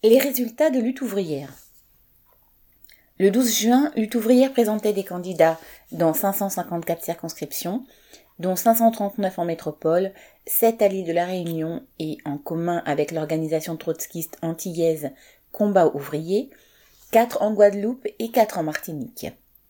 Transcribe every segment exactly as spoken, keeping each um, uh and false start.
Les résultats de lutte ouvrière. Le douze juin, Lutte ouvrière présentait des candidats dans cinq cent cinquante-quatre circonscriptions, dont cinq cent trente-neuf en métropole, sept à l'île de la Réunion et en commun avec l'organisation trotskiste antillaise Combat ouvrier, quatre en Guadeloupe et quatre en Martinique.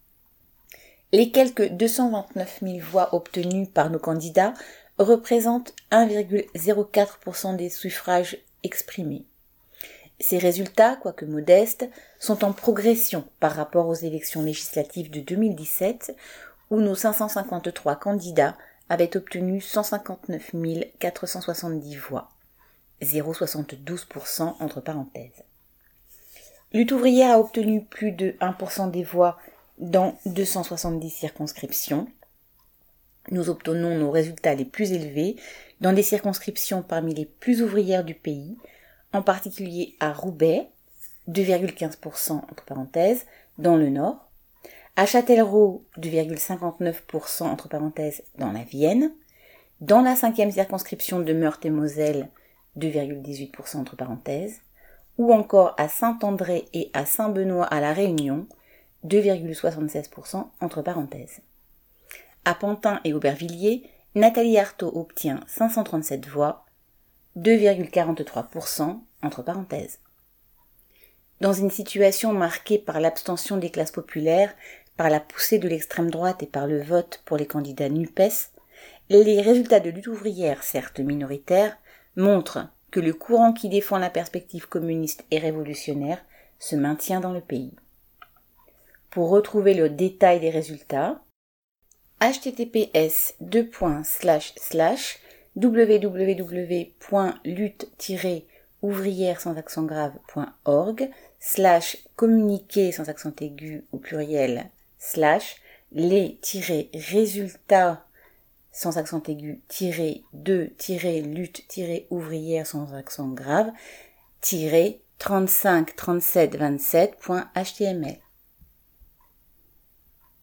Les quelques deux cent vingt-neuf mille voix obtenues par nos candidats représentent un virgule zéro quatre pour cent des suffrages exprimés. Ces résultats, quoique modestes, sont en progression par rapport aux élections législatives de deux mille dix-sept, où nos cinq cent cinquante-trois candidats avaient obtenu cent cinquante-neuf mille quatre cent soixante-dix voix, zéro virgule soixante-douze pour cent entre parenthèses. Lutte ouvrière a obtenu plus de un pour cent des voix dans deux cent soixante-dix circonscriptions. Nous obtenons nos résultats les plus élevés dans des circonscriptions parmi les plus ouvrières du pays, en particulier à Roubaix, deux virgule quinze pour cent entre parenthèses, dans le Nord, à Châtellerault, deux virgule cinquante-neuf pour cent entre parenthèses, dans la Vienne, dans la cinquième circonscription de Meurthe-et-Moselle, deux virgule dix-huit pour cent entre parenthèses, ou encore à Saint-André et à Saint-Benoît à La Réunion, deux virgule soixante-seize pour cent entre parenthèses. À Pantin et Aubervilliers, Nathalie Arthaud obtient cinq cent trente-sept voix, deux virgule quarante-trois pour cent entre parenthèses. Dans une situation marquée par l'abstention des classes populaires, par la poussée de l'extrême droite et par le vote pour les candidats NUPES, les résultats de lutte ouvrière, certes minoritaires, montrent que le courant qui défend la perspective communiste et révolutionnaire se maintient dans le pays. Pour retrouver le détail des résultats, h t t p s deux points slash slash w w w point lutte tiret ouvrière sans accent grave point org slash communiqué sans accent aigu au pluriel slash les tiret résultats sans accent aigu tiret de tiret lutte tiret ouvrière sans accent grave tiret trente-cinq trente-sept vingt-sept point h t m l.